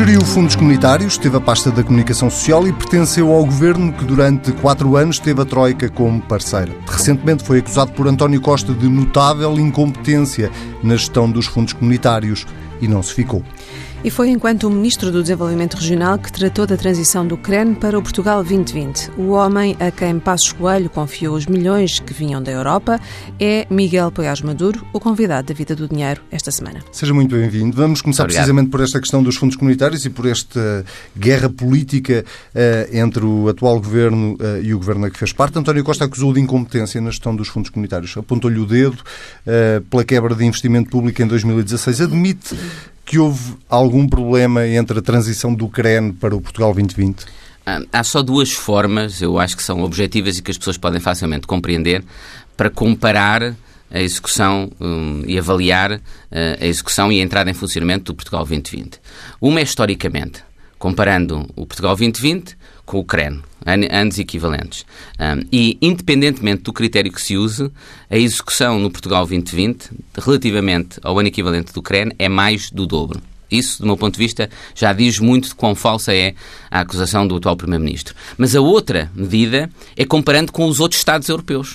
Geriu fundos comunitários, teve a pasta da comunicação social e pertenceu ao governo que durante 4 anos teve a Troika como parceira. Recentemente foi acusado por António Costa de notável incompetência na gestão dos fundos comunitários e não se ficou. E foi enquanto o Ministro do Desenvolvimento Regional que tratou da transição do CREN para o Portugal 2020. O homem a quem Passos Coelho confiou os milhões que vinham da Europa é Miguel Poiares Maduro, o convidado da Vida do Dinheiro esta semana. Seja muito bem-vindo. Vamos começar precisamente por esta questão dos fundos comunitários e por esta guerra política entre o atual governo e o governo a que fez parte. António Costa acusou de incompetência na gestão dos fundos comunitários. Apontou-lhe o dedo pela quebra de investimento público em 2016. Admite que houve algum problema entre a transição do CREN para o Portugal 2020? Há só 2 formas, eu acho que são objetivas e que as pessoas podem facilmente compreender, para comparar a execução e avaliar a execução e a entrada em funcionamento do Portugal 2020. Uma é historicamente, comparando o Portugal 2020 com o CREN, anos equivalentes. E, independentemente do critério que se use, a execução no Portugal 2020, relativamente ao ano equivalente do CREN, é mais do dobro. Isso, do meu ponto de vista, já diz muito de quão falsa é a acusação do atual Primeiro-Ministro. Mas a outra medida é comparando com os outros Estados europeus.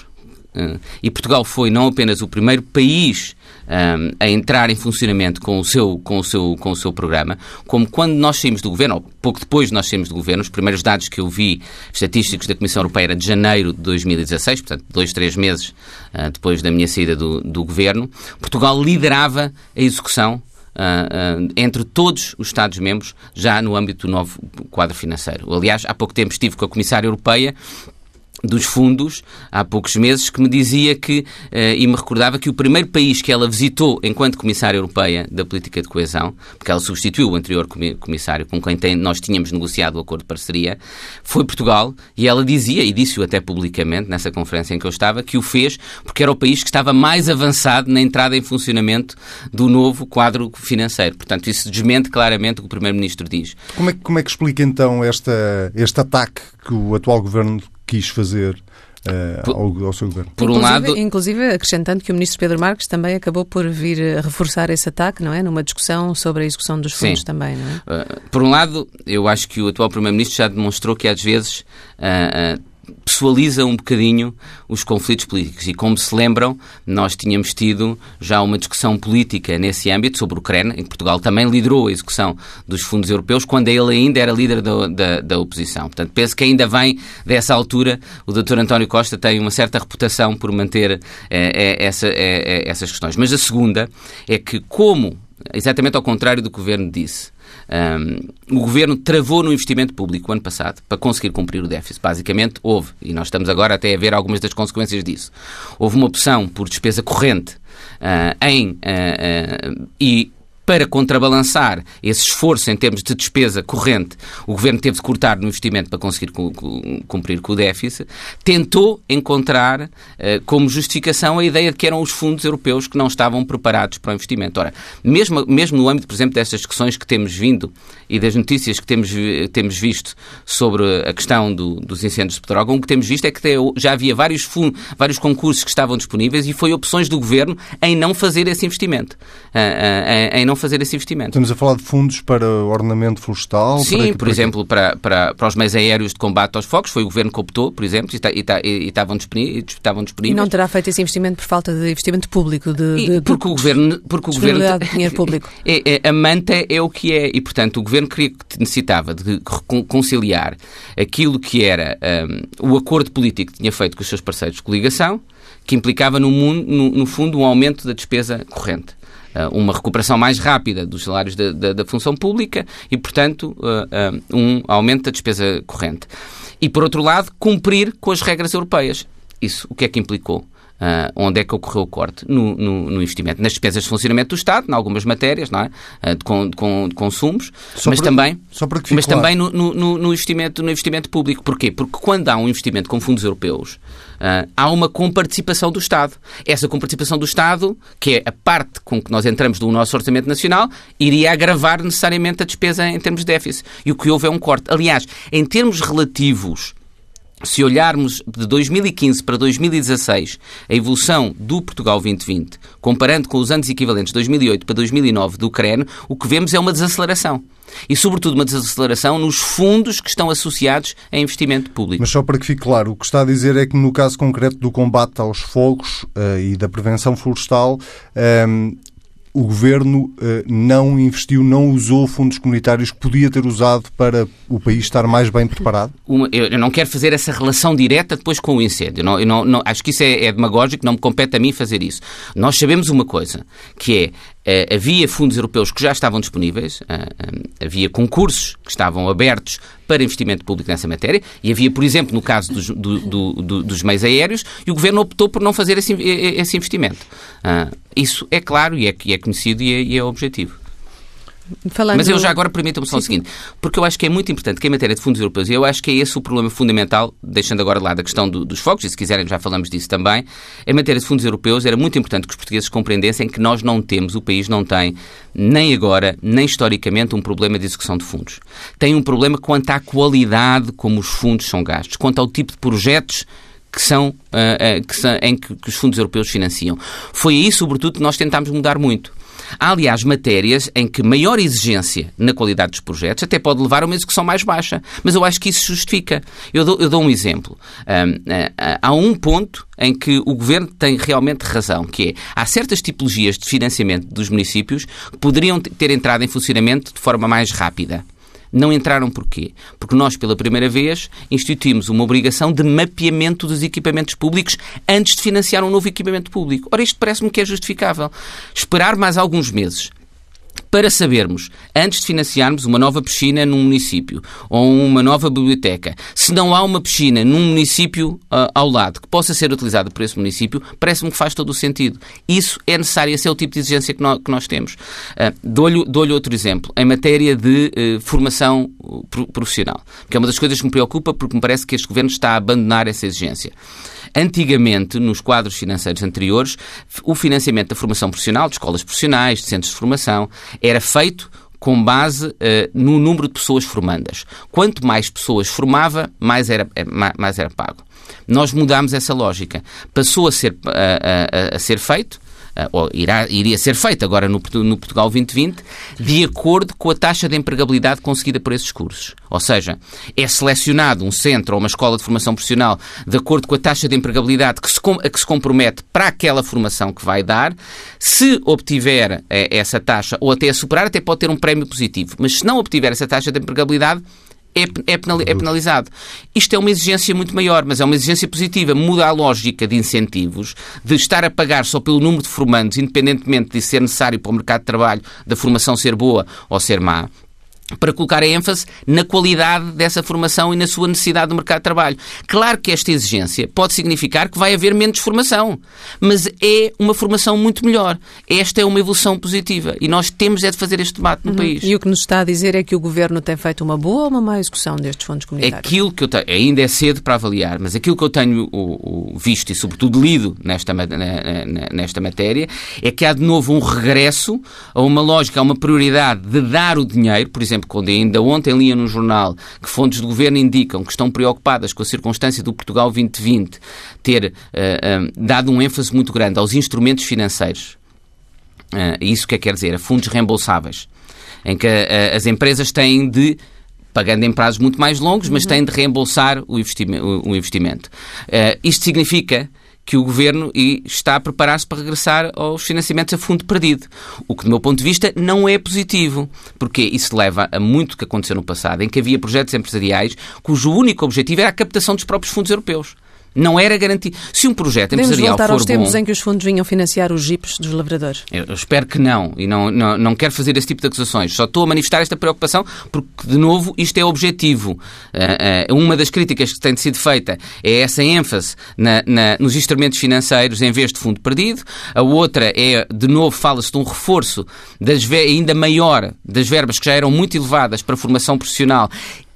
E Portugal foi não apenas o primeiro país a entrar em funcionamento com o seu programa, como quando nós saímos do governo, ou pouco depois de nós saímos do governo, os primeiros dados que eu vi estatísticos da Comissão Europeia era de janeiro de 2016, portanto 2-3 meses depois da minha saída do governo, Portugal liderava a execução entre todos os Estados-membros já no âmbito do novo quadro financeiro. Aliás, há pouco tempo estive com a Comissária Europeia dos fundos, há poucos meses, que me dizia que, e me recordava que o primeiro país que ela visitou enquanto Comissária Europeia da Política de Coesão, porque ela substituiu o anterior Comissário com quem nós tínhamos negociado o acordo de parceria, foi Portugal, e ela dizia, e disse-o até publicamente nessa conferência em que eu estava, que o fez porque era o país que estava mais avançado na entrada em funcionamento do novo quadro financeiro. Portanto, isso desmente claramente o que o Primeiro-Ministro diz. Como é que explica então este ataque que o atual governo quis fazer ao seu governo? Por um lado, inclusive acrescentando que o Ministro Pedro Marques também acabou por vir a reforçar esse ataque, não é? Numa discussão sobre a execução dos fundos. Sim. Também, não é? Por um lado, eu acho que o atual Primeiro-Ministro já demonstrou que às vezes pessoaliza um bocadinho os conflitos políticos. E como se lembram, nós tínhamos tido já uma discussão política nesse âmbito sobre o CREN, em que Portugal também liderou a execução dos fundos europeus, quando ele ainda era líder da oposição. Portanto, penso que ainda vem dessa altura. O Dr. António Costa tem uma certa reputação por manter essas questões. Mas a segunda é que, exatamente ao contrário do que o Governo disse, o Governo travou no investimento público o ano passado para conseguir cumprir o déficit. Basicamente houve, e nós estamos agora até a ver algumas das consequências disso, houve uma opção por despesa corrente e para contrabalançar esse esforço em termos de despesa corrente, o Governo teve de cortar no investimento para conseguir cumprir com o déficit, tentou encontrar como justificação a ideia de que eram os fundos europeus que não estavam preparados para o investimento. Ora, mesmo no âmbito, por exemplo, destas discussões que temos vindo e das notícias que temos visto sobre a questão dos incêndios de Pedrógão, o que temos visto é que já havia vários concursos que estavam disponíveis e foi opções do Governo em não fazer esse investimento. Estamos a falar de fundos para ordenamento florestal? Sim, por exemplo, para os meios aéreos de combate aos fogos, foi o Governo que optou, por exemplo, e estavam disponíveis. E não terá feito esse investimento por falta de investimento público? Porque o Governo de dinheiro público. A manta é o que é, e portanto o Governo necessitava de conciliar aquilo que era o acordo político que tinha feito com os seus parceiros de coligação, que implicava no fundo um aumento da despesa corrente. Uma recuperação mais rápida dos salários da função pública e, portanto, um aumento da despesa corrente. E, por outro lado, cumprir com as regras europeias. Isso, o que é que implicou? Onde é que ocorreu o corte? No investimento. Nas despesas de funcionamento do Estado, em algumas matérias, não é? De consumos, mas também no investimento público. Porquê? Porque quando há um investimento com fundos europeus, há uma comparticipação do Estado. Essa comparticipação do Estado, que é a parte com que nós entramos do nosso orçamento nacional, iria agravar necessariamente a despesa em termos de déficit. E o que houve é um corte. Aliás, em termos relativos se olharmos de 2015 para 2016 a evolução do Portugal 2020, comparando com os anos equivalentes de 2008 para 2009 do CREN, o que vemos é uma desaceleração. E, sobretudo, uma desaceleração nos fundos que estão associados a investimento público. Mas só para que fique claro, o que está a dizer é que no caso concreto do combate aos fogos e da prevenção florestal, o Governo não investiu, não usou fundos comunitários que podia ter usado para o país estar mais bem preparado? Eu não quero fazer essa relação direta depois com o incêndio. Acho que isso é demagógico, não me compete a mim fazer isso. Nós sabemos uma coisa, que havia fundos europeus que já estavam disponíveis, havia concursos que estavam abertos para investimento público nessa matéria e havia, por exemplo, no caso dos meios aéreos, e o Governo optou por não fazer esse investimento. Isso é claro e é conhecido e é objetivo. Mas eu já agora permito-me só o seguinte, porque eu acho que é muito importante que em matéria de fundos europeus, e eu acho que é esse o problema fundamental, deixando agora de lado a questão dos fogos, e se quiserem já falamos disso também, em matéria de fundos europeus era muito importante que os portugueses compreendessem que nós não temos, o país não tem, nem agora, nem historicamente, um problema de execução de fundos. Tem um problema quanto à qualidade como os fundos são gastos, quanto ao tipo de projetos em que os fundos europeus financiam. Foi aí, sobretudo, que nós tentámos mudar muito. Há, aliás, matérias em que maior exigência na qualidade dos projetos até pode levar a uma execução mais baixa, mas eu acho que isso justifica. Eu dou um exemplo. Há um ponto em que o Governo tem realmente razão, que é, há certas tipologias de financiamento dos municípios que poderiam ter entrado em funcionamento de forma mais rápida. Não entraram porquê? Porque nós, pela primeira vez, instituímos uma obrigação de mapeamento dos equipamentos públicos antes de financiar um novo equipamento público. Ora, isto parece-me que é justificável. Esperar mais alguns meses para sabermos, antes de financiarmos uma nova piscina num município ou uma nova biblioteca, se não há uma piscina num município ao lado que possa ser utilizada por esse município, parece-me que faz todo o sentido. Isso é necessário, esse é o tipo de exigência que nós temos. Dou-lhe outro exemplo, em matéria de formação profissional, que é uma das coisas que me preocupa porque me parece que este Governo está a abandonar essa exigência. Antigamente, nos quadros financeiros anteriores, o financiamento da formação profissional, de escolas profissionais, de centros de formação, era feito com base no número de pessoas formandas. Quanto mais pessoas formava, mais era pago. Nós mudámos essa lógica. Passou a ser feito, ou iria ser feito agora no Portugal 2020, de acordo com a taxa de empregabilidade conseguida por esses cursos. Ou seja, é selecionado um centro ou uma escola de formação profissional de acordo com a taxa de empregabilidade a que se compromete para aquela formação que vai dar. Se obtiver essa taxa, ou até a superar, até pode ter um prémio positivo. Mas se não obtiver essa taxa de empregabilidade, é penalizado. Isto é uma exigência muito maior, mas é uma exigência positiva. Muda a lógica de incentivos, de estar a pagar só pelo número de formandos, independentemente de ser necessário para o mercado de trabalho, da formação ser boa ou ser má, para colocar a ênfase na qualidade dessa formação e na sua necessidade do mercado de trabalho. Claro que esta exigência pode significar que vai haver menos formação, mas é uma formação muito melhor. Esta é uma evolução positiva e nós temos de fazer este debate no país. E o que nos está a dizer é que o Governo tem feito uma boa ou uma má execução destes fundos comunitários? Aquilo que eu tenho, ainda é cedo para avaliar, mas aquilo que eu tenho visto e sobretudo lido nesta matéria é que há de novo um regresso a uma lógica, a uma prioridade de dar o dinheiro. Por exemplo, quando ainda ontem lia no jornal que fontes do Governo indicam que estão preocupadas com a circunstância do Portugal 2020 ter dado um ênfase muito grande aos instrumentos financeiros. Isso o que quer dizer? A fundos reembolsáveis, em que as empresas têm de, pagando em prazos muito mais longos, mas têm de reembolsar o investimento. Isto significa que o Governo está a preparar-se para regressar aos financiamentos a fundo perdido. O que, do meu ponto de vista, não é positivo, porque isso leva a muito que aconteceu no passado, em que havia projetos empresariais cujo único objetivo era a captação dos próprios fundos europeus. Não era garantido. Se um projeto empresarial for bom... Podemos voltar aos tempos em que os fundos vinham financiar os jipes dos lavradores? Eu espero que não. E não quero fazer esse tipo de acusações. Só estou a manifestar esta preocupação porque, de novo, isto é objetivo. Uma das críticas que tem sido feita é essa ênfase nos instrumentos financeiros em vez de fundo perdido. A outra é, de novo, fala-se de um reforço ainda maior das verbas que já eram muito elevadas para a formação profissional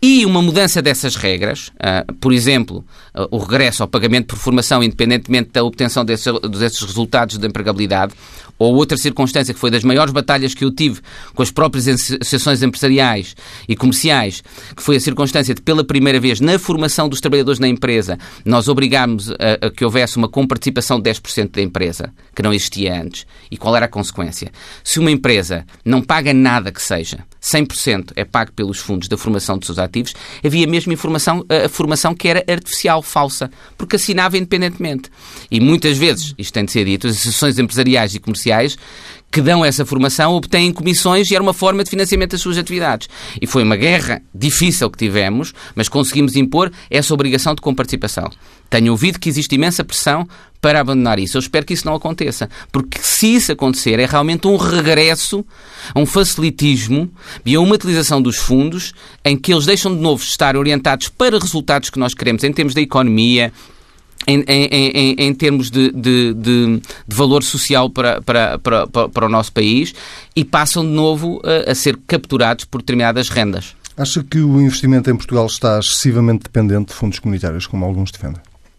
e uma mudança dessas regras, por exemplo, o regresso ao pagamento por formação, independentemente da obtenção desses resultados de empregabilidade, ou outra circunstância que foi das maiores batalhas que eu tive com as próprias associações empresariais e comerciais, que foi a circunstância de, pela primeira vez, na formação dos trabalhadores na empresa, nós obrigámos a que houvesse uma comparticipação de 10% da empresa, que não existia antes. E qual era a consequência? Se uma empresa não paga nada que seja, 100% é pago pelos fundos da formação dos seus ativos, havia mesmo a formação que era artificial, falsa, porque assinava independentemente. E muitas vezes, isto tem de ser dito, as associações empresariais e comerciais que dão essa formação obtêm comissões e era uma forma de financiamento das suas atividades. E foi uma guerra difícil que tivemos, mas conseguimos impor essa obrigação de comparticipação. Tenho ouvido que existe imensa pressão para abandonar isso. Eu espero que isso não aconteça, porque se isso acontecer é realmente um regresso a um facilitismo e a uma utilização dos fundos em que eles deixam de novo estar orientados para resultados que nós queremos em termos da economia, em termos de valor social para o nosso país, e passam de novo a ser capturados por determinadas rendas. Acha que o investimento em Portugal está excessivamente dependente de fundos comunitários, como alguns defendem?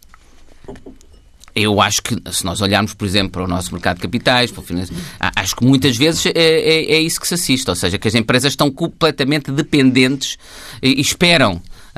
Eu acho que, se nós olharmos, por exemplo, para o nosso mercado de capitais, acho que muitas vezes é isso que se assiste, ou seja, que as empresas estão completamente dependentes e esperam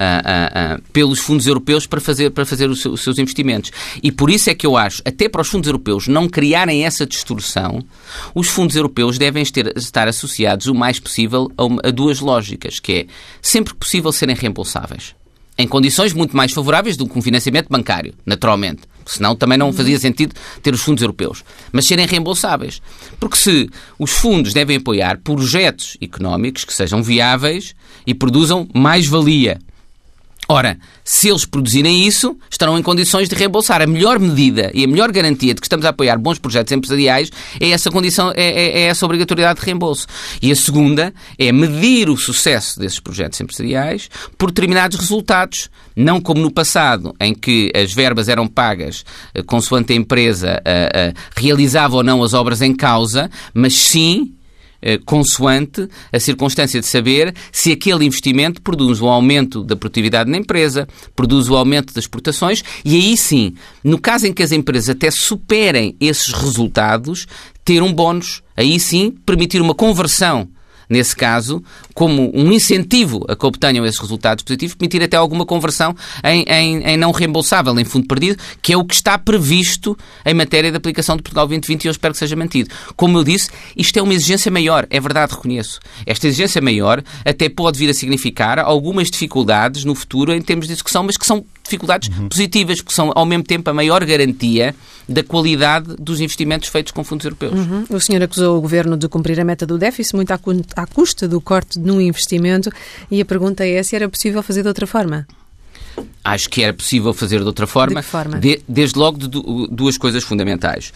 pelos fundos europeus para fazer os seus investimentos. E por isso é que eu acho, até para os fundos europeus não criarem essa distorção, os fundos europeus devem estar associados o mais possível a duas lógicas, que é sempre que possível serem reembolsáveis, em condições muito mais favoráveis do que um financiamento bancário, naturalmente. Senão também não fazia sentido ter os fundos europeus. Mas serem reembolsáveis. Porque se os fundos devem apoiar projetos económicos que sejam viáveis e produzam mais-valia. Ora, se eles produzirem isso, estarão em condições de reembolsar. A melhor medida e a melhor garantia de que estamos a apoiar bons projetos empresariais é essa condição, é essa obrigatoriedade de reembolso. E a segunda é medir o sucesso desses projetos empresariais por determinados resultados. Não como no passado, em que as verbas eram pagas consoante a empresa realizava ou não as obras em causa, mas sim consoante a circunstância de saber se aquele investimento produz um aumento da produtividade na empresa, produz o aumento das exportações, e aí sim, no caso em que as empresas até superem esses resultados, ter um bónus, aí sim permitir uma conversão, nesse caso, como um incentivo a que obtenham esses resultados positivos, permitir até alguma conversão em não reembolsável, em fundo perdido, que é o que está previsto em matéria de aplicação de Portugal 2020 e eu espero que seja mantido. Como eu disse, isto é uma exigência maior, é verdade, reconheço. Esta exigência maior até pode vir a significar algumas dificuldades no futuro em termos de execução, mas que são dificuldades positivas, porque são ao mesmo tempo a maior garantia da qualidade dos investimentos feitos com fundos europeus. O senhor acusou o Governo de cumprir a meta do déficit muito à custa do corte no investimento e a pergunta é se era possível fazer de outra forma. Acho que era possível fazer de outra forma. De que forma? Desde logo de duas coisas fundamentais.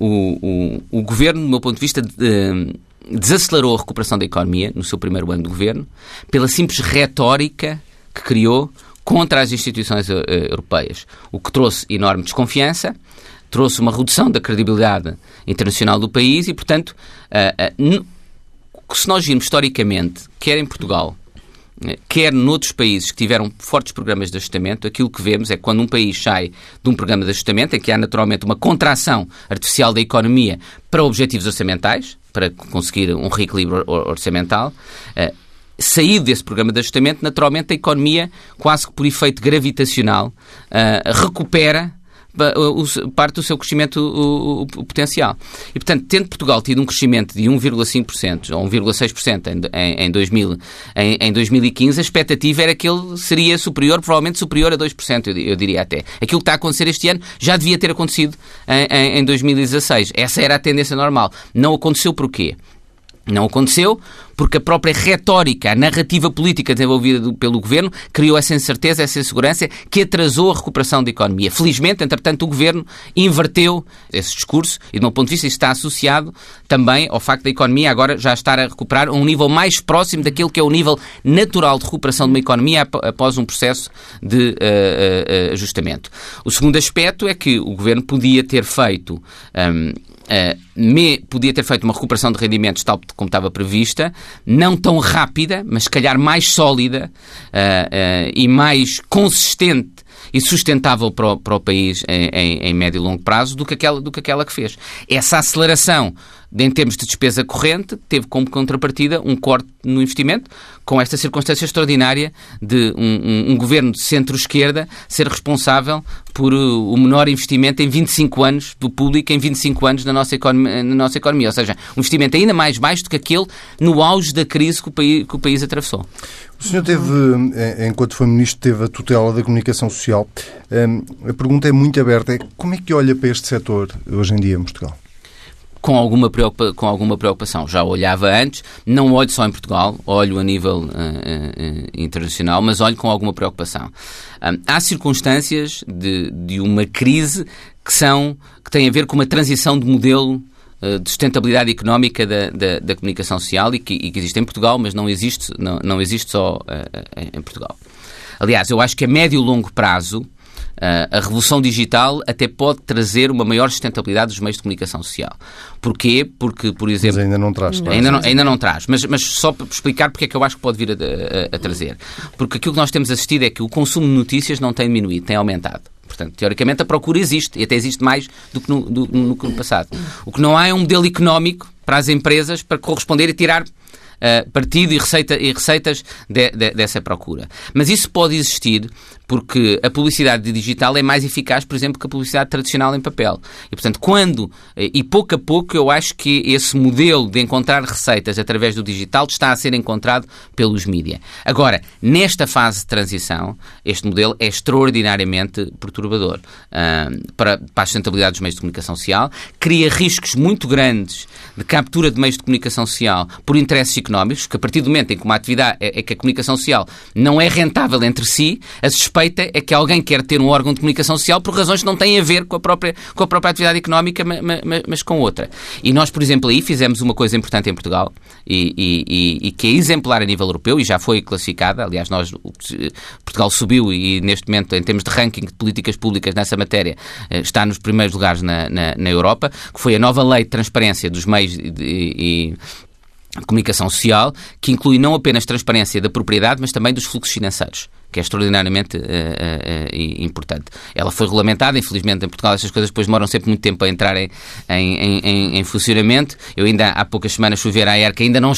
O Governo, do meu ponto de vista, desacelerou a recuperação da economia no seu primeiro ano de governo pela simples retórica que criou contra as instituições europeias, o que trouxe enorme desconfiança, trouxe uma redução da credibilidade internacional do país e, portanto, se nós virmos historicamente, quer em Portugal, quer noutros países que tiveram fortes programas de ajustamento, aquilo que vemos é que quando um país sai de um programa de ajustamento, em que há naturalmente uma contração artificial da economia para objetivos orçamentais, para conseguir um reequilíbrio orçamental, saído desse programa de ajustamento, naturalmente a economia, quase que por efeito gravitacional, recupera parte do seu crescimento o potencial. E, portanto, tendo Portugal tido um crescimento de 1,5% ou 1,6% em 2015, a expectativa era que ele seria superior, provavelmente superior a 2%, eu diria até. Aquilo que está a acontecer este ano já devia ter acontecido em 2016. Essa era a tendência normal. Não aconteceu porquê? Não aconteceu porque a própria retórica, a narrativa política desenvolvida pelo Governo criou essa incerteza, essa insegurança que atrasou a recuperação da economia. Felizmente, entretanto, o Governo inverteu esse discurso e, do meu ponto de vista, isso está associado também ao facto da economia agora já estar a recuperar a um nível mais próximo daquilo que é o nível natural de recuperação de uma economia após um processo de ajustamento. O segundo aspecto é que o Governo podia ter feito uma recuperação de rendimentos tal como estava prevista, não tão rápida, mas se calhar mais sólida e mais consistente e sustentável para o país em médio e longo prazo do que aquela que fez. Essa aceleração em termos de despesa corrente teve como contrapartida um corte no investimento, com esta circunstância extraordinária de um governo de centro-esquerda ser responsável por o menor investimento em 25 anos do público, em 25 anos na nossa economia. Ou seja, um investimento ainda mais baixo do que aquele no auge da crise que o país atravessou. O senhor enquanto foi Ministro, teve a tutela da comunicação social. A pergunta é muito aberta. Como é que olha para este setor hoje em dia em Portugal? Com alguma preocupação. Já olhava antes, não olho só em Portugal, olho a nível internacional, mas olho com alguma preocupação. Há circunstâncias de uma crise que têm a ver com uma transição de modelo de sustentabilidade económica da comunicação social e que existe em Portugal, mas não existe só em Portugal. Aliás, eu acho que a médio e longo prazo a revolução digital até pode trazer uma maior sustentabilidade dos meios de comunicação social. Porquê? Porque, por exemplo... Mas ainda não traz. Ainda não traz. Mas só para explicar porque é que eu acho que pode vir a trazer. Porque aquilo que nós temos assistido é que o consumo de notícias não tem diminuído, tem aumentado. Portanto, teoricamente, a procura existe, e até existe mais do que no passado. O que não há é um modelo económico para as empresas para corresponder e tirar partido e receitas dessa procura. Mas isso pode existir porque a publicidade digital é mais eficaz, por exemplo, que a publicidade tradicional em papel. E, portanto, pouco a pouco, eu acho que esse modelo de encontrar receitas através do digital está a ser encontrado pelos mídia. Agora, nesta fase de transição, este modelo é extraordinariamente perturbador para a sustentabilidade dos meios de comunicação social, cria riscos muito grandes de captura de meios de comunicação social por interesses económicos, que a partir do momento em que uma atividade que a comunicação social não é rentável entre si, a suspeita é que alguém quer ter um órgão de comunicação social por razões que não têm a ver com a própria atividade económica, mas com outra. E nós, por exemplo, aí fizemos uma coisa importante em Portugal e que é exemplar a nível europeu e já foi classificada. Aliás, Portugal subiu e neste momento, em termos de ranking de políticas públicas nessa matéria, está nos primeiros lugares na Europa, que foi a nova lei de transparência dos meios de comunicação social, que inclui não apenas transparência da propriedade, mas também dos fluxos financeiros, que é extraordinariamente importante. Ela foi regulamentada, infelizmente em Portugal estas coisas depois demoram sempre muito tempo a entrar em funcionamento. Eu ainda há poucas semanas fui ver a AER que ainda não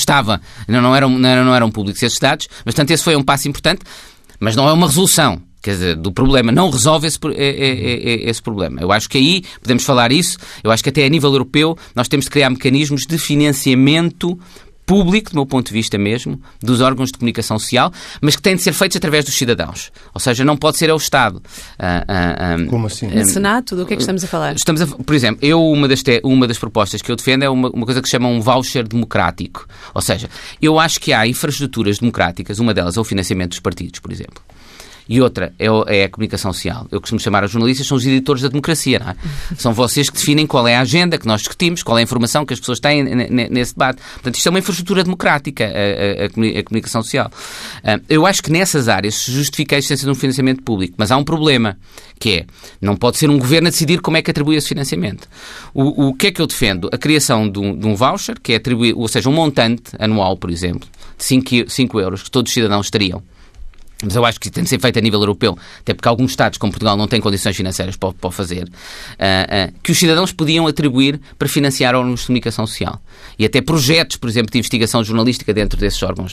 eram públicos esses dados, mas portanto esse foi um passo importante, mas não é uma resolução. Quer dizer, do problema, não resolve esse problema. Eu acho que aí podemos falar isso, eu acho que até a nível europeu nós temos de criar mecanismos de financiamento público, do meu ponto de vista mesmo, dos órgãos de comunicação social, mas que têm de ser feitos através dos cidadãos. Ou seja, não pode ser ao Estado. Como assim? Mecenato, do que é que estamos a falar? Por exemplo, uma das propostas que eu defendo é uma coisa que se chama um voucher democrático. Ou seja, eu acho que há infraestruturas democráticas, uma delas é o financiamento dos partidos, por exemplo. E outra é a comunicação social. Eu costumo chamar os jornalistas, são os editores da democracia, não é? São vocês que definem qual é a agenda que nós discutimos, qual é a informação que as pessoas têm nesse debate. Portanto, isto é uma infraestrutura democrática, a comunicação social. Eu acho que nessas áreas se justifica a existência de um financiamento público, mas há um problema, que é, não pode ser um governo a decidir como é que atribui esse financiamento. O que é que eu defendo? A criação de um voucher, que é atribuir, ou seja, um montante anual, por exemplo, de 5 euros, que todos os cidadãos teriam. Mas eu acho que tem de ser feito a nível europeu, até porque alguns Estados, como Portugal, não têm condições financeiras para o fazer, que os cidadãos podiam atribuir para financiar órgãos de comunicação social. E até projetos, por exemplo, de investigação jornalística dentro desses órgãos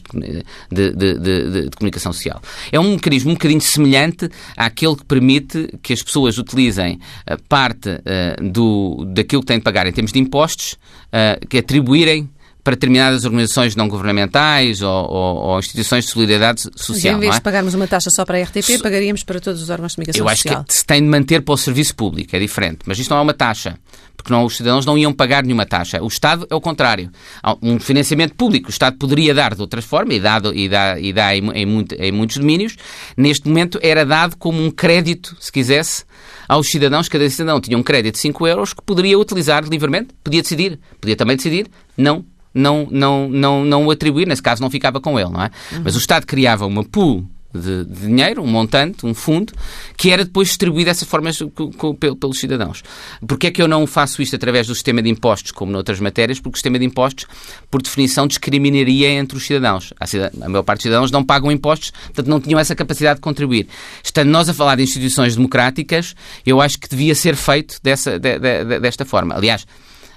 de comunicação social. É um mecanismo um bocadinho semelhante àquele que permite que as pessoas utilizem parte daquilo que têm de pagar em termos de impostos, que atribuírem para determinadas organizações não governamentais ou instituições de solidariedade social. Mas em vez de pagarmos uma taxa só para a RTP, pagaríamos para todos os órgãos de comunicação social. Eu acho que se tem de manter para o serviço público, é diferente. Mas isto não é uma taxa, porque os cidadãos não iam pagar nenhuma taxa. O Estado é o contrário. Um financiamento público o Estado poderia dar de outra forma, e dá em muitos domínios. Neste momento era dado como um crédito, se quisesse, aos cidadãos. Cada cidadão tinha um crédito de 5 euros que poderia utilizar livremente, podia também decidir não o atribuir, nesse caso não ficava com ele, não é? Mas o Estado criava uma pool de dinheiro, um montante, um fundo, que era depois distribuído dessa forma pelos cidadãos. Porquê é que eu não faço isto através do sistema de impostos, como noutras matérias? Porque o sistema de impostos, por definição, discriminaria entre os cidadãos. A maior parte dos cidadãos não pagam impostos, portanto não tinham essa capacidade de contribuir. Estando nós a falar de instituições democráticas, eu acho que devia ser feito desta forma. Aliás,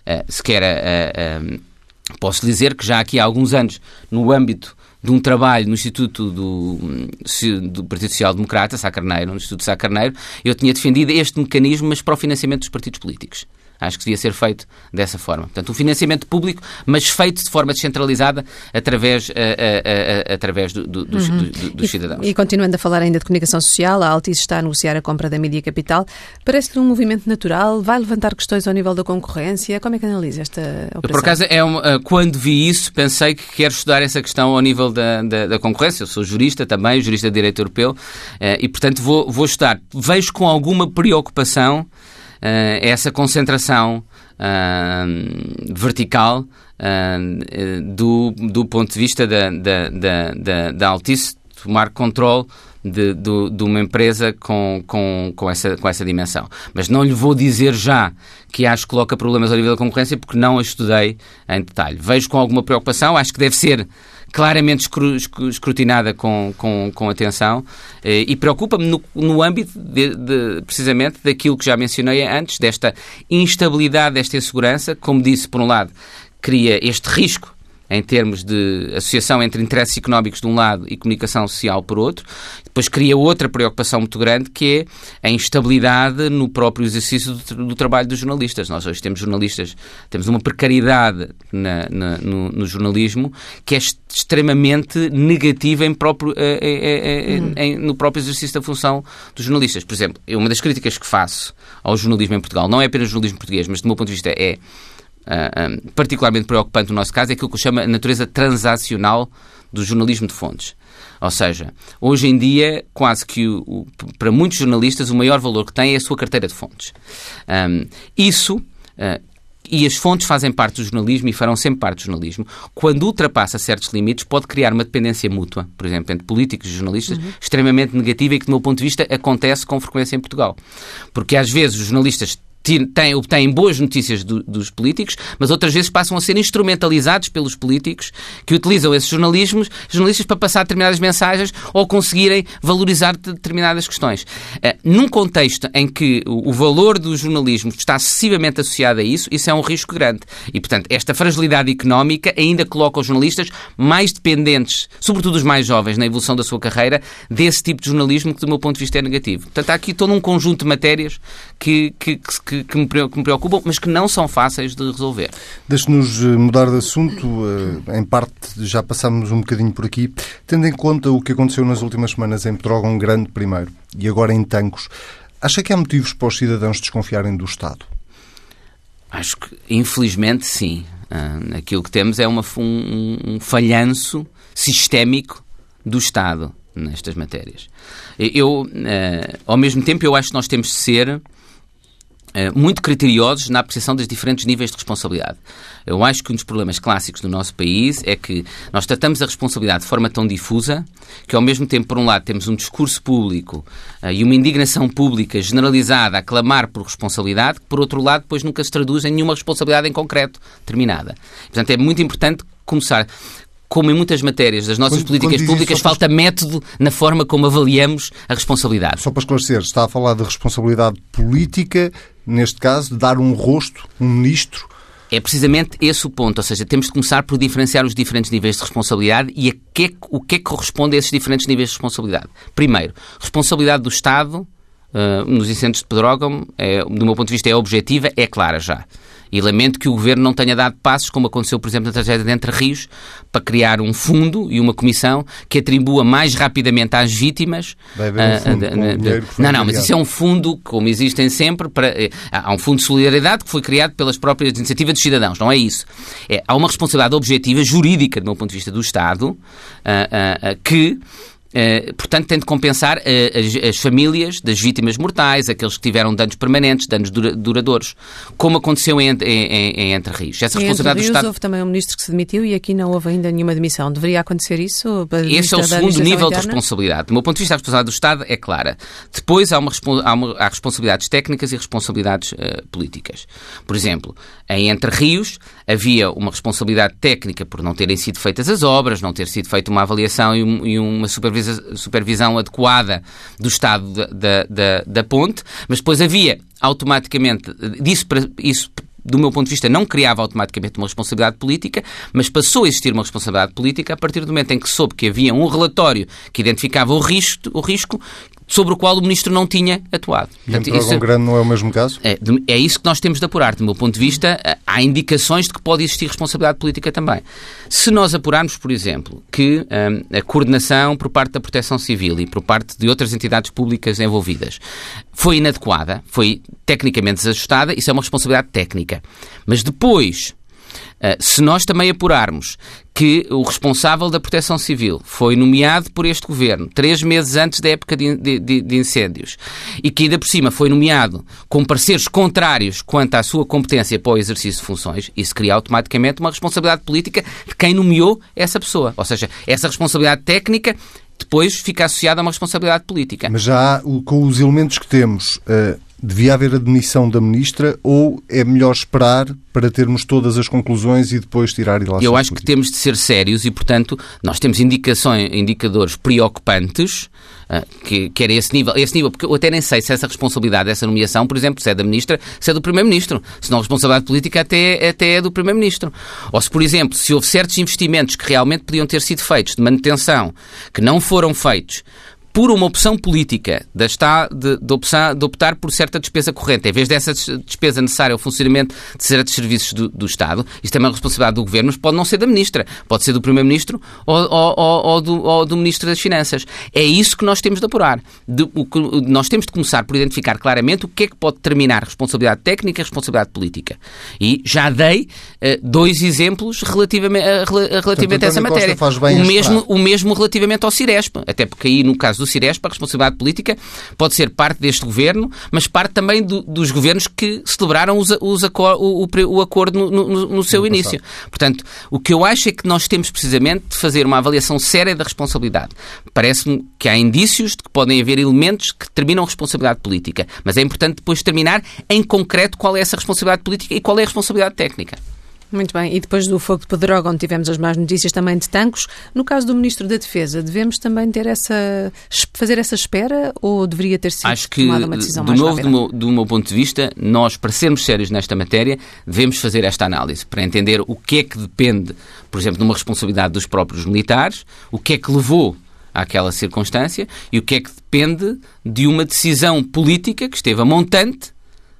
posso dizer que já aqui há alguns anos, no âmbito de um trabalho no Instituto do Partido Social Democrata, Sá Carneiro, no Instituto Sá Carneiro, eu tinha defendido este mecanismo, mas para o financiamento dos partidos políticos. Acho que devia ser feito dessa forma. Portanto, um financiamento público, mas feito de forma descentralizada através dos cidadãos. E continuando a falar ainda de comunicação social, a Altice está a negociar a compra da Mídia Capital. Parece-lhe um movimento natural? Vai levantar questões ao nível da concorrência? Como é que analisa esta operação? Eu, por acaso, quando vi isso, pensei que quero estudar essa questão ao nível da concorrência. Eu sou jurista também, jurista de Direito Europeu, e, portanto, vou estudar. Vejo com alguma preocupação essa concentração vertical do ponto de vista da Altice tomar controle de uma empresa com essa dimensão. Mas não lhe vou dizer já que acho que coloca problemas ao nível da concorrência, porque não a estudei em detalhe. Vejo com alguma preocupação, acho que deve ser claramente escrutinada com atenção, e preocupa-me no âmbito precisamente daquilo que já mencionei antes, desta instabilidade, desta insegurança. Como disse, por um lado, cria este risco em termos de associação entre interesses económicos de um lado e comunicação social por outro. Depois cria outra preocupação muito grande, que é a instabilidade no próprio exercício do trabalho dos jornalistas. Nós hoje temos jornalistas, temos uma precariedade no jornalismo que é extremamente negativa no próprio exercício da função dos jornalistas. Por exemplo, uma das críticas que faço ao jornalismo em Portugal, não é apenas o jornalismo português, mas do meu ponto de vista é particularmente preocupante no nosso caso, é aquilo que eu chamo a natureza transacional do jornalismo de fontes. Ou seja, hoje em dia, quase que para muitos jornalistas, o maior valor que tem é a sua carteira de fontes. E as fontes fazem parte do jornalismo e farão sempre parte do jornalismo. Quando ultrapassa certos limites, pode criar uma dependência mútua, por exemplo, entre políticos e jornalistas, extremamente negativa, e que, do meu ponto de vista, acontece com frequência em Portugal. Porque, às vezes, os jornalistas obtêm boas notícias dos políticos, mas outras vezes passam a ser instrumentalizados pelos políticos, que utilizam esses jornalistas para passar determinadas mensagens ou conseguirem valorizar determinadas questões. Num contexto em que o valor do jornalismo está excessivamente associado a isso é um risco grande. E, portanto, esta fragilidade económica ainda coloca os jornalistas mais dependentes, sobretudo os mais jovens, na evolução da sua carreira, desse tipo de jornalismo que, do meu ponto de vista, é negativo. Portanto, há aqui todo um conjunto de matérias que me preocupam, mas que não são fáceis de resolver. Deixe-nos mudar de assunto. Em parte, já passámos um bocadinho por aqui. Tendo em conta o que aconteceu nas últimas semanas em Pedrógão Grande primeiro e agora em Tancos, acha que há motivos para os cidadãos desconfiarem do Estado? Acho que, infelizmente, sim. Aquilo que temos é um falhanço sistémico do Estado nestas matérias. Ao mesmo tempo, eu acho que nós temos de ser muito criteriosos na apreciação dos diferentes níveis de responsabilidade. Eu acho que um dos problemas clássicos do nosso país é que nós tratamos a responsabilidade de forma tão difusa que, ao mesmo tempo, por um lado, temos um discurso público e uma indignação pública generalizada a clamar por responsabilidade, que, por outro lado, depois nunca se traduz em nenhuma responsabilidade em concreto determinada. Portanto, é muito importante começar. Como em muitas matérias das nossas políticas públicas, falta método na forma como avaliamos a responsabilidade. Só para esclarecer, está a falar de responsabilidade política, neste caso, de dar um rosto, um ministro? É precisamente esse o ponto, ou seja, temos de começar por diferenciar os diferentes níveis de responsabilidade e o que é que corresponde a esses diferentes níveis de responsabilidade. Primeiro, responsabilidade do Estado nos incêndios de Pedrógão, do meu ponto de vista, é objetiva, é clara já. E lamento que o Governo não tenha dado passos, como aconteceu, por exemplo, na tragédia de Entre Rios, para criar um fundo e uma comissão que atribua mais rapidamente às vítimas. Vai haver um fundo com dinheiro que foi mas isso é um fundo, como existem sempre, há um fundo de solidariedade que foi criado pelas próprias iniciativas dos cidadãos, não é isso. Há uma responsabilidade objetiva, jurídica, do meu ponto de vista, do Estado, que Portanto, tem de compensar as famílias das vítimas mortais, aqueles que tiveram danos permanentes, danos duradouros, como aconteceu em Entre Rios. Essa responsabilidade do Estado... Houve também um ministro que se demitiu e aqui não houve ainda nenhuma demissão. Deveria acontecer isso? Esse é o segundo nível de responsabilidade. Do meu ponto de vista, a responsabilidade do Estado é clara. Depois há responsabilidades técnicas e responsabilidades políticas. Por exemplo, em Entre Rios havia uma responsabilidade técnica por não terem sido feitas as obras, não ter sido feita uma avaliação e uma supervisão adequada do estado da ponte, mas depois havia automaticamente, isso do meu ponto de vista não criava automaticamente uma responsabilidade política, mas passou a existir uma responsabilidade política a partir do momento em que soube que havia um relatório que identificava o risco sobre o qual o Ministro não tinha atuado. E em Trógão Grande não é o mesmo caso? É isso que nós temos de apurar. Do meu ponto de vista, há indicações de que pode existir responsabilidade política também. Se nós apurarmos, por exemplo, que a coordenação por parte da Proteção Civil e por parte de outras entidades públicas envolvidas foi inadequada, foi tecnicamente desajustada, isso é uma responsabilidade técnica. Mas depois, se nós também apurarmos que o responsável da Proteção Civil foi nomeado por este Governo 3 meses antes da época de incêndios e que ainda por cima foi nomeado com pareceres contrários quanto à sua competência para o exercício de funções, isso cria automaticamente uma responsabilidade política de quem nomeou essa pessoa. Ou seja, essa responsabilidade técnica depois fica associada a uma responsabilidade política. Mas já com os elementos que temos... Devia haver a demissão da Ministra ou é melhor esperar para termos todas as conclusões e depois tirar ilações? Eu acho que temos de ser sérios e, portanto, nós temos indicadores preocupantes, que era esse nível, porque eu até nem sei se essa responsabilidade, essa nomeação, por exemplo, se é da Ministra, se é do Primeiro-Ministro. Se não a responsabilidade política até é do Primeiro-Ministro. Ou se, por exemplo, se houve certos investimentos que realmente podiam ter sido feitos de manutenção, que não foram feitos, por uma opção política de optar por certa despesa corrente, em vez dessa despesa necessária ao funcionamento de certos serviços do Estado, isto é uma responsabilidade do Governo, mas pode não ser da Ministra, pode ser do Primeiro-Ministro ou do Ministro das Finanças. É isso que nós temos de apurar. Nós temos de começar por identificar claramente o que é que pode determinar responsabilidade técnica e responsabilidade política. E já dei 2 exemplos relativamente a essa matéria. O mesmo relativamente ao Ciresp, até porque aí, no caso do Ciresp, a responsabilidade política pode ser parte deste Governo, mas parte também dos governos que celebraram o acordo no seu início. Portanto, o que eu acho é que nós temos precisamente de fazer uma avaliação séria da responsabilidade. Parece-me que há indícios de que podem haver elementos que determinam a responsabilidade política, mas é importante depois determinar em concreto qual é essa responsabilidade política e qual é a responsabilidade técnica. Muito bem. E depois do fogo de Pedrógão onde tivemos as más notícias também de Tancos. No caso do Ministro da Defesa, devemos também fazer essa espera ou deveria ter sido tomada uma decisão mais rápida? Do meu ponto de vista, nós, para sermos sérios nesta matéria, devemos fazer esta análise para entender o que é que depende, por exemplo, de uma responsabilidade dos próprios militares, o que é que levou àquela circunstância e o que é que depende de uma decisão política que esteve a montante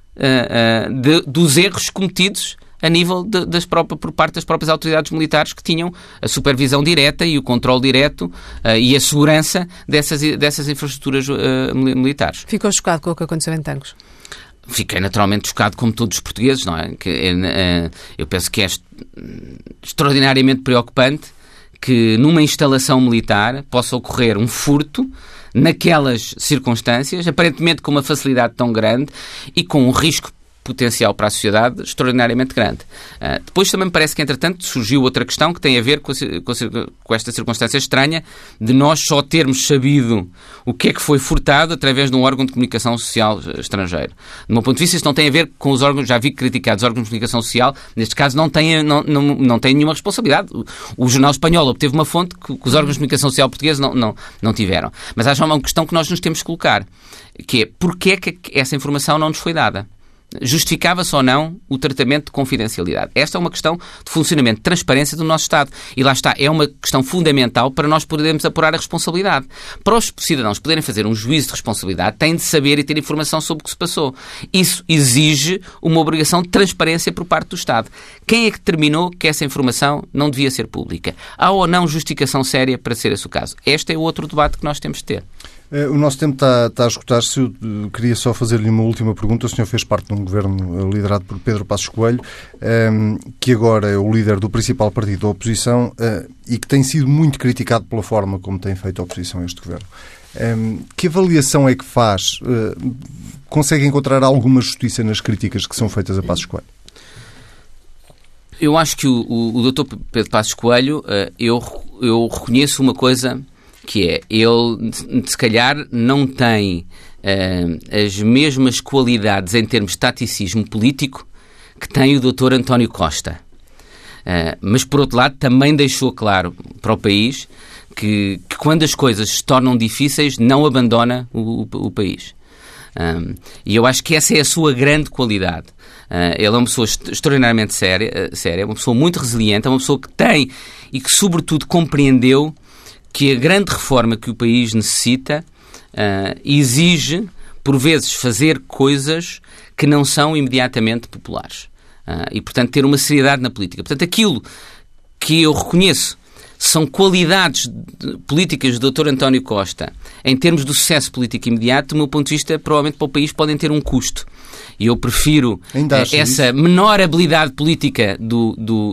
dos erros cometidos a nível por parte das próprias autoridades militares que tinham a supervisão direta e o controle direto e a segurança dessas infraestruturas militares. Ficou chocado com o que aconteceu em Tancos? Fiquei naturalmente chocado, como todos os portugueses, não é? Eu penso que é extraordinariamente preocupante que numa instalação militar possa ocorrer um furto naquelas circunstâncias, aparentemente com uma facilidade tão grande e com um risco potencial para a sociedade extraordinariamente grande. Depois também me parece que, entretanto, surgiu outra questão que tem a ver com esta circunstância estranha de nós só termos sabido o que é que foi furtado através de um órgão de comunicação social estrangeiro. Do meu ponto de vista, isso não tem a ver com os órgãos, já vi criticados, os órgãos de comunicação social, neste caso não têm nenhuma responsabilidade. O jornal espanhol obteve uma fonte que os órgãos de comunicação social portugueses não tiveram. Mas há uma questão que nós nos temos que colocar, que é porquê é que essa informação não nos foi dada? Justificava-se ou não o tratamento de confidencialidade? Esta é uma questão de funcionamento, de transparência do nosso Estado. E lá está, é uma questão fundamental para nós podermos apurar a responsabilidade. Para os cidadãos poderem fazer um juízo de responsabilidade, têm de saber e ter informação sobre o que se passou. Isso exige uma obrigação de transparência por parte do Estado. Quem é que determinou que essa informação não devia ser pública? Há ou não justificação séria para ser esse o caso? Este é outro debate que nós temos de ter. O nosso tempo está a esgotar-se. Eu queria só fazer-lhe uma última pergunta. O senhor fez parte de um governo liderado por Pedro Passos Coelho, que agora é o líder do principal partido da oposição e que tem sido muito criticado pela forma como tem feito a oposição a este governo. Que avaliação é que faz? Consegue encontrar alguma justiça nas críticas que são feitas a Passos Coelho? Eu acho que o Dr. Pedro Passos Coelho, eu reconheço uma coisa, que é, ele se calhar não tem as mesmas qualidades em termos de taticismo político que tem o Dr. António Costa. Mas, por outro lado, também deixou claro para o país que quando as coisas se tornam difíceis, não abandona o país. E eu acho que essa é a sua grande qualidade. Ele é uma pessoa extraordinariamente séria, uma pessoa muito resiliente, é uma pessoa que tem e que, sobretudo, compreendeu que a grande reforma que o país necessita exige, por vezes, fazer coisas que não são imediatamente populares. E, portanto, ter uma seriedade na política. Portanto, aquilo que eu reconheço são qualidades políticas do Dr. António Costa, em termos do sucesso político imediato, do meu ponto de vista, provavelmente para o país podem ter um custo. E eu prefiro essa menor habilidade política do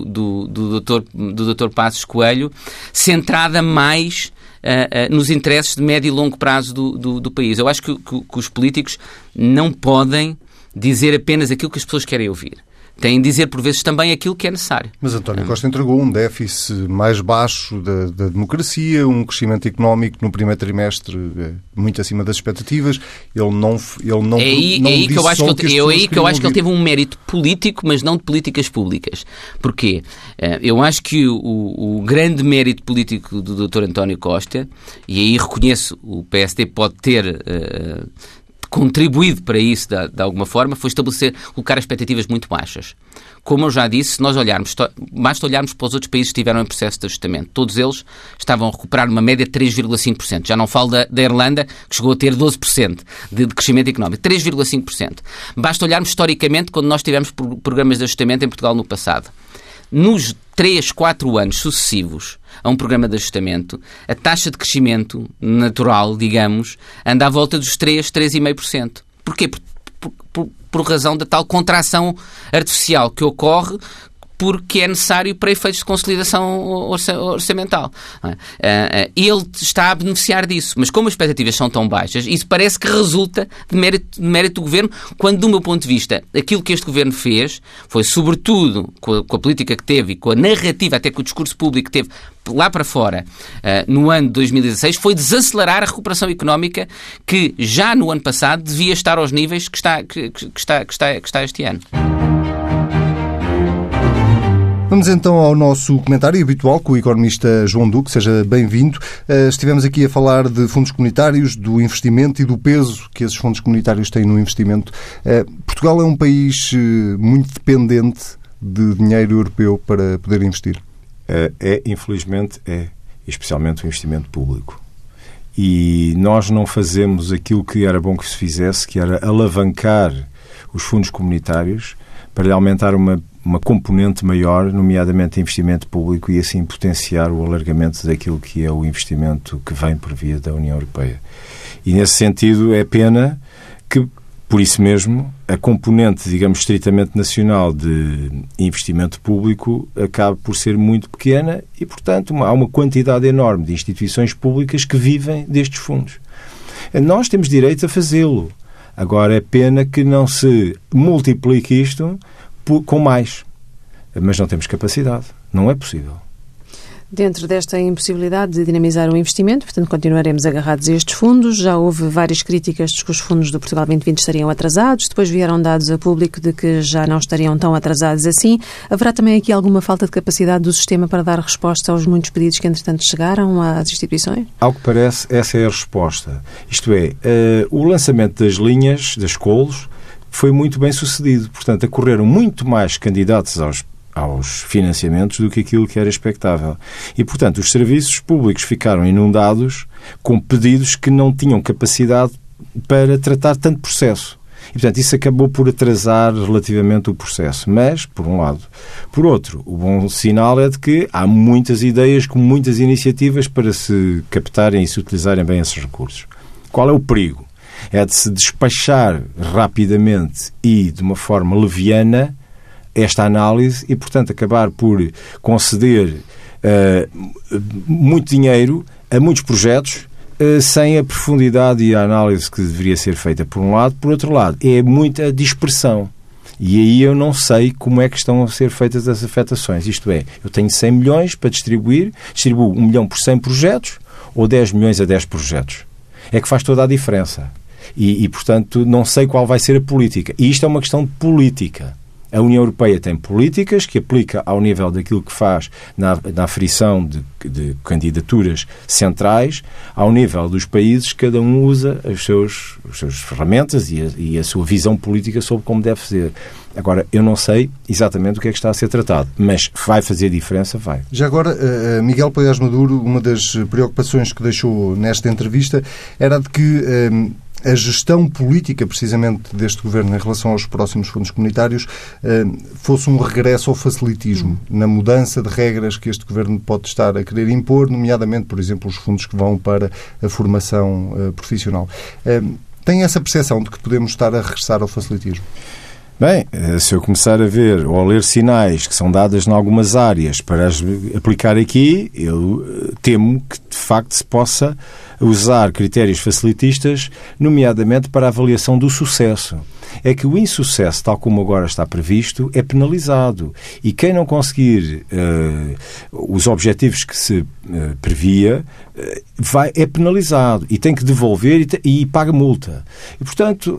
Dr. Passos Coelho, centrada mais nos interesses de médio e longo prazo do país. Eu acho que os políticos não podem dizer apenas aquilo que as pessoas querem ouvir. Têm de dizer, por vezes, também aquilo que é necessário. Mas António Costa entregou um déficit mais baixo da democracia, um crescimento económico no primeiro trimestre muito acima das expectativas. Ele não é aí que eu acho que ele teve um mérito político, mas não de políticas públicas. Porquê? Eu acho que o grande mérito político do Dr. António Costa, e aí reconheço, o PSD pode ter contribuído para isso de alguma forma, foi colocar expectativas muito baixas. Como eu já disse, se nós basta olharmos para os outros países que estiveram em processo de ajustamento. Todos eles estavam a recuperar uma média de 3,5%. Já não falo da Irlanda, que chegou a ter 12% de crescimento económico. 3,5%. Basta olharmos historicamente quando nós tivemos programas de ajustamento em Portugal no passado. Nos 3, 4 anos sucessivos a um programa de ajustamento, a taxa de crescimento natural, digamos, anda à volta dos 3,5%. Porquê? Por razão da tal contração artificial que ocorre porque é necessário para efeitos de consolidação orçamental. Ele está a beneficiar disso, mas como as expectativas são tão baixas, isso parece que resulta de mérito do Governo, quando, do meu ponto de vista, aquilo que este Governo fez foi, sobretudo, com a política que teve e com a narrativa, até com o discurso público que teve lá para fora, no ano de 2016, foi desacelerar a recuperação económica que, já no ano passado, devia estar aos níveis que está este ano. Vamos então ao nosso comentário habitual com o economista João Duque. Seja bem-vindo. Estivemos aqui a falar de fundos comunitários, do investimento e do peso que esses fundos comunitários têm no investimento. Portugal é um país muito dependente de dinheiro europeu para poder investir. Infelizmente, especialmente o investimento público. E nós não fazemos aquilo que era bom que se fizesse, que era alavancar os fundos comunitários para lhe aumentar uma componente maior, nomeadamente investimento público, e assim potenciar o alargamento daquilo que é o investimento que vem por via da União Europeia. E nesse sentido é pena que, por isso mesmo, a componente, digamos, estritamente nacional de investimento público acabe por ser muito pequena e, portanto, há uma quantidade enorme de instituições públicas que vivem destes fundos. Nós temos direito a fazê-lo. Agora é pena que não se multiplique isto com mais. Mas não temos capacidade. Não é possível. Dentro desta impossibilidade de dinamizar o investimento, portanto, continuaremos agarrados a estes fundos. Já houve várias críticas de que os fundos do Portugal 2020 estariam atrasados. Depois vieram dados a público de que já não estariam tão atrasados assim. Haverá também aqui alguma falta de capacidade do sistema para dar resposta aos muitos pedidos que, entretanto, chegaram às instituições? Ao que parece, essa é a resposta. Isto é, o lançamento das linhas, das colos, foi muito bem sucedido. Portanto, acorreram muito mais candidatos aos financiamentos do que aquilo que era expectável. E, portanto, os serviços públicos ficaram inundados com pedidos que não tinham capacidade para tratar tanto processo. E, portanto, isso acabou por atrasar relativamente o processo. Mas, por um lado. Por outro, o bom sinal é de que há muitas ideias com muitas iniciativas para se captarem e se utilizarem bem esses recursos. Qual é o perigo? É de se despachar rapidamente e de uma forma leviana esta análise e, portanto, acabar por conceder muito dinheiro a muitos projetos sem a profundidade e a análise que deveria ser feita por um lado. Por outro lado, é muita dispersão. E aí eu não sei como é que estão a ser feitas as afetações. Isto é, eu tenho 100 milhões para distribuo 1 milhão por 100 projetos ou 10 milhões a 10 projetos. É que faz toda a diferença. E, portanto, não sei qual vai ser a política. E isto é uma questão de política. A União Europeia tem políticas que aplica ao nível daquilo que faz na aferição de candidaturas centrais, ao nível dos países, cada um usa as suas ferramentas e a sua visão política sobre como deve ser. Agora, eu não sei exatamente o que é que está a ser tratado, mas vai fazer diferença, vai. Já agora, Miguel Poiás Maduro, uma das preocupações que deixou nesta entrevista era de que a gestão política, precisamente, deste governo em relação aos próximos fundos comunitários fosse um regresso ao facilitismo, na mudança de regras que este governo pode estar a querer impor, nomeadamente, por exemplo, os fundos que vão para a formação profissional. Tem essa percepção de que podemos estar a regressar ao facilitismo? Bem, se eu começar a ver ou a ler sinais que são dadas em algumas áreas para as aplicar aqui, eu temo que, de facto, se possa usar critérios facilitistas, nomeadamente para a avaliação do sucesso. É que o insucesso, tal como agora está previsto, é penalizado. E quem não conseguir os objetivos que se previa é penalizado e tem que devolver e paga multa. E, portanto,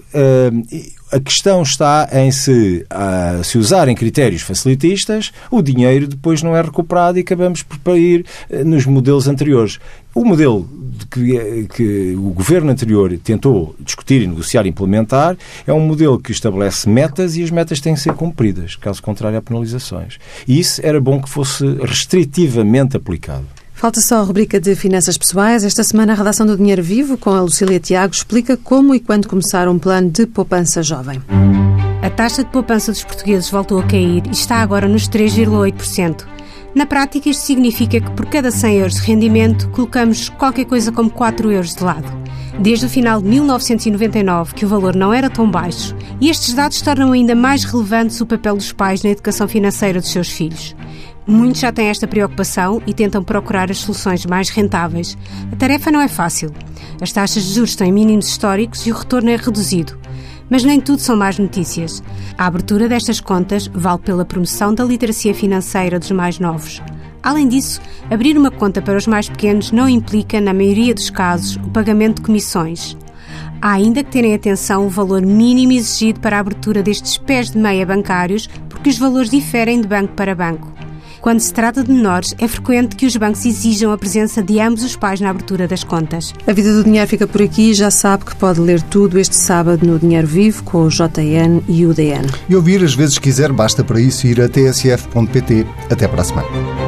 a questão está em se usarem critérios facilitistas, o dinheiro depois não é recuperado e acabamos por ir nos modelos anteriores. O modelo que o governo anterior tentou discutir e negociar e implementar é um modelo que estabelece metas e as metas têm que ser cumpridas, caso contrário há penalizações. E isso era bom que fosse restritivamente aplicado. Falta só a rubrica de finanças pessoais. Esta semana a redação do Dinheiro Vivo, com a Lucília Tiago, explica como e quando começar um plano de poupança jovem. A taxa de poupança dos portugueses voltou a cair e está agora nos 3,8%. Na prática, isto significa que por cada 100 euros de rendimento colocamos qualquer coisa como 4 euros de lado. Desde o final de 1999 que o valor não era tão baixo, e estes dados tornam ainda mais relevantes o papel dos pais na educação financeira dos seus filhos. Muitos já têm esta preocupação e tentam procurar as soluções mais rentáveis. A tarefa não é fácil. As taxas de juros estão em mínimos históricos e o retorno é reduzido. Mas nem tudo são más notícias. A abertura destas contas vale pela promoção da literacia financeira dos mais novos. Além disso, abrir uma conta para os mais pequenos não implica, na maioria dos casos, o pagamento de comissões. Há ainda que terem atenção o valor mínimo exigido para a abertura destes pés de meia bancários, porque os valores diferem de banco para banco. Quando se trata de menores, é frequente que os bancos exijam a presença de ambos os pais na abertura das contas. A Vida do Dinheiro fica por aqui. Já sabe que pode ler tudo este sábado no Dinheiro Vivo com o JN e o DN. E ouvir, às vezes quiser, basta para isso ir a tsf.pt. Até para a semana.